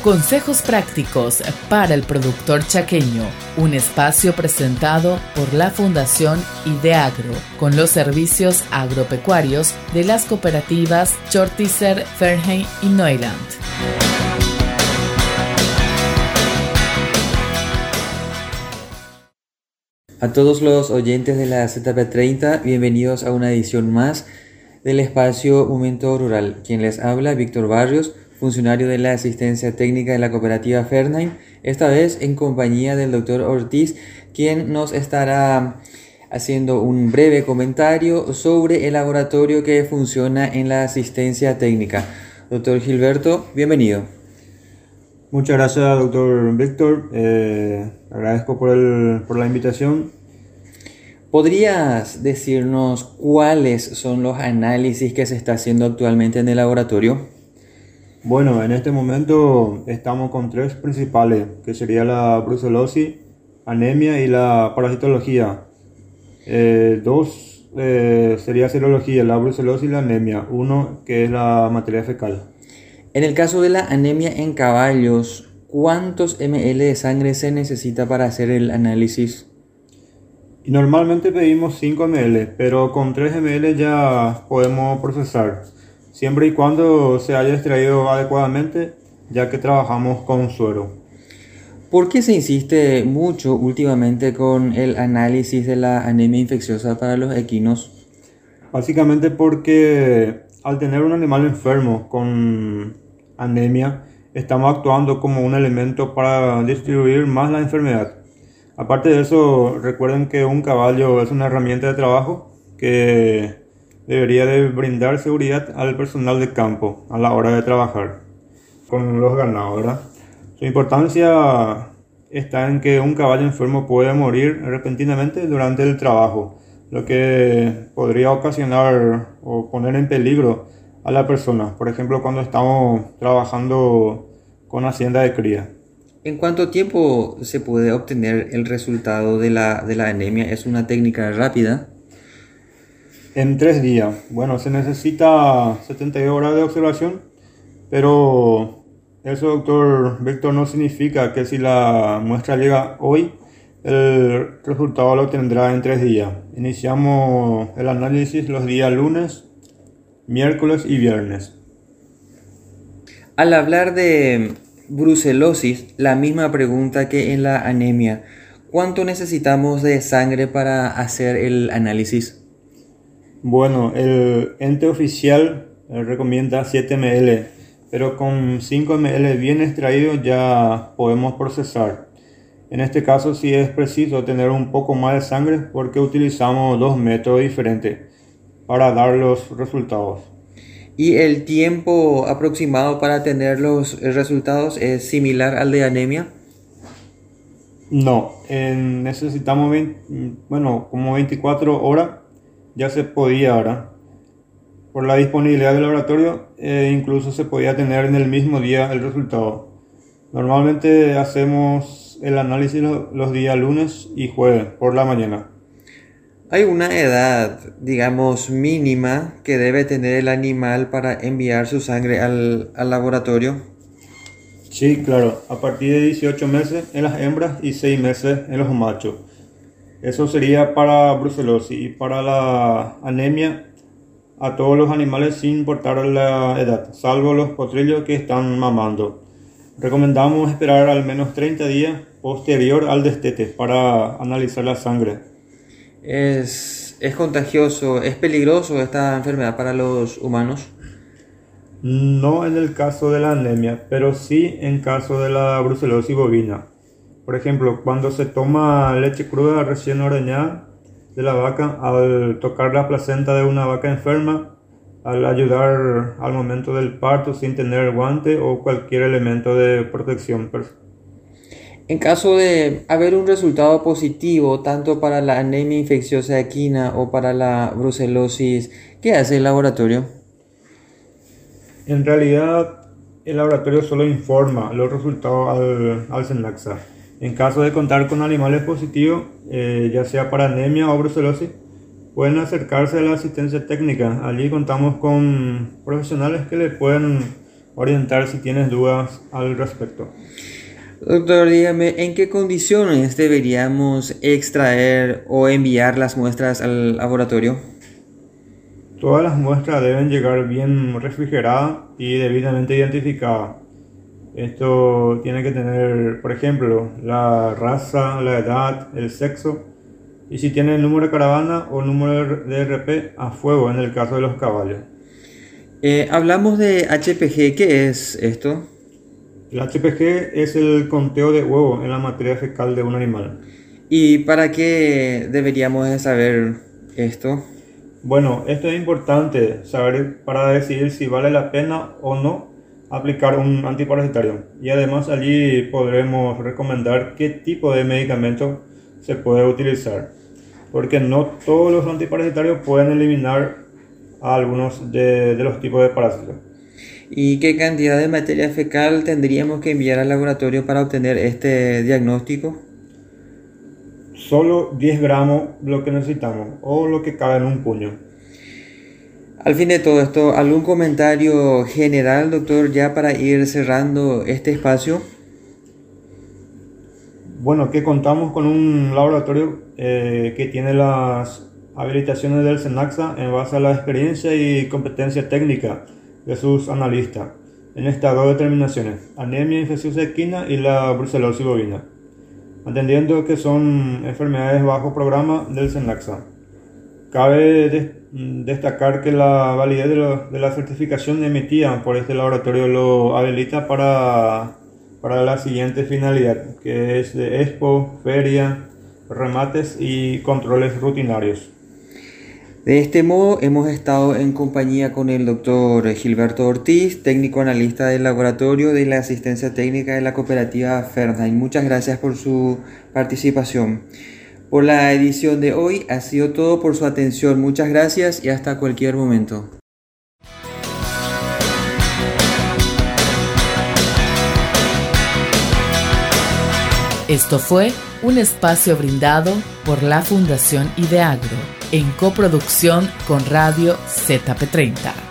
Consejos prácticos para el productor chaqueño, un espacio presentado por la Fundación Ideagro, con los servicios agropecuarios de las cooperativas Chortizer, Fernheim y Neuland. A todos los oyentes de la ZP30, bienvenidos a una edición más del espacio Momento Rural. Quien les habla, Víctor Barrios, funcionario de la asistencia técnica de la cooperativa Fernheim, esta vez en compañía del doctor Ortiz, quien nos estará haciendo un breve comentario sobre el laboratorio que funciona en la asistencia técnica. Doctor Gilberto, bienvenido. Muchas gracias, doctor Víctor. Agradezco por la invitación. ¿Podrías decirnos cuáles son los análisis que se está haciendo actualmente en el laboratorio? Bueno, en este momento estamos con tres principales, que sería la brucelosis, anemia y la parasitología. Dos sería serología, la brucelosis y la anemia. Uno que es la materia fecal. En el caso de la anemia en caballos, ¿cuántos ml de sangre se necesita para hacer el análisis? Y normalmente pedimos 5 ml, pero con 3 ml ya podemos procesar, siempre y cuando se haya extraído adecuadamente, ya que trabajamos con suero. ¿Por qué se insiste mucho últimamente con el análisis de la anemia infecciosa para los equinos? Básicamente porque al tener un animal enfermo con anemia, estamos actuando como un elemento para distribuir más la enfermedad. Aparte de eso, recuerden que un caballo es una herramienta de trabajo que debería de brindar seguridad al personal de campo a la hora de trabajar con los ganados, ¿verdad? Su importancia está en que un caballo enfermo puede morir repentinamente durante el trabajo, lo que podría ocasionar o poner en peligro a la persona, por ejemplo, cuando estamos trabajando con hacienda de cría. ¿En cuánto tiempo se puede obtener el resultado de la anemia? ¿Es una técnica rápida? En 3 días. Bueno, se necesita 72 horas de observación, pero eso, doctor Víctor, no significa que si la muestra llega hoy, el resultado lo tendrá en 3 días. Iniciamos el análisis los días lunes, miércoles y viernes. Al hablar de brucelosis, la misma pregunta que en la anemia. ¿Cuánto necesitamos de sangre para hacer el análisis? Bueno, el ente oficial recomienda 7 ml, pero con 5 ml bien extraídos ya podemos procesar. En este caso sí es preciso tener un poco más de sangre porque utilizamos 2 métodos diferentes para dar los resultados. ¿Y el tiempo aproximado para tener los resultados es similar al de anemia? No, necesitamos como 24 horas, ya se podía ahora. Por la disponibilidad del laboratorio, incluso se podía tener en el mismo día el resultado. Normalmente hacemos el análisis los días lunes y jueves por la mañana. ¿Hay una edad, digamos, mínima que debe tener el animal para enviar su sangre al laboratorio? Sí, claro, a partir de 18 meses en las hembras y 6 meses en los machos. Eso sería para brucelosis, y para la anemia a todos los animales sin importar la edad, salvo los potrillos que están mamando. Recomendamos esperar al menos 30 días posterior al destete para analizar la sangre. ¿Es contagioso, es peligroso esta enfermedad para los humanos? No en el caso de la anemia, pero sí en caso de la brucelosis bovina. Por ejemplo, cuando se toma leche cruda recién ordeñada de la vaca, al tocar la placenta de una vaca enferma, al ayudar al momento del parto sin tener guante o cualquier elemento de protección. En caso de haber un resultado positivo tanto para la anemia infecciosa equina o para la brucelosis, ¿qué hace el laboratorio? En realidad, el laboratorio solo informa los resultados al SENACSA. En caso de contar con animales positivos, ya sea para anemia o brucelosis, pueden acercarse a la asistencia técnica. Allí contamos con profesionales que les pueden orientar si tienes dudas al respecto. Doctor, dígame, ¿en qué condiciones deberíamos extraer o enviar las muestras al laboratorio? Todas las muestras deben llegar bien refrigeradas y debidamente identificadas. Esto tiene que tener, por ejemplo, la raza, la edad, el sexo y si tiene el número de caravana o número de RP a fuego en el caso de los caballos. Hablamos de HPG, ¿qué es esto? El HPG es el conteo de huevos en la materia fecal de un animal. ¿Y para qué deberíamos de saber esto? Bueno, esto es importante saber para decidir si vale la pena o no aplicar un antiparasitario. Y además allí podremos recomendar qué tipo de medicamento se puede utilizar. Porque no todos los antiparasitarios pueden eliminar a algunos de los tipos de parásitos. ¿Y qué cantidad de materia fecal tendríamos que enviar al laboratorio para obtener este diagnóstico? Solo 10 gramos lo que necesitamos o lo que cabe en un puño. Al fin de todo esto, ¿algún comentario general, doctor, ya para ir cerrando este espacio? Bueno, que contamos con un laboratorio que tiene las habilitaciones del SENASA en base a la experiencia y competencia técnica de sus analistas en estas dos determinaciones: anemia infecciosa equina y la brucelosis bovina, entendiendo que son enfermedades bajo programa del SENASA. Cabe destacar que la validez de la certificación emitida por este laboratorio lo habilita para la siguiente finalidad, que es de expo, feria, remates y controles rutinarios. De este modo, hemos estado en compañía con el doctor Gilberto Ortiz, técnico analista del laboratorio de la asistencia técnica de la cooperativa Fernheim. Muchas gracias por su participación. Por la edición de hoy ha sido todo. Por su atención. Muchas gracias y hasta cualquier momento. Esto fue un espacio brindado por la Fundación Ideagro, en coproducción con Radio ZP30.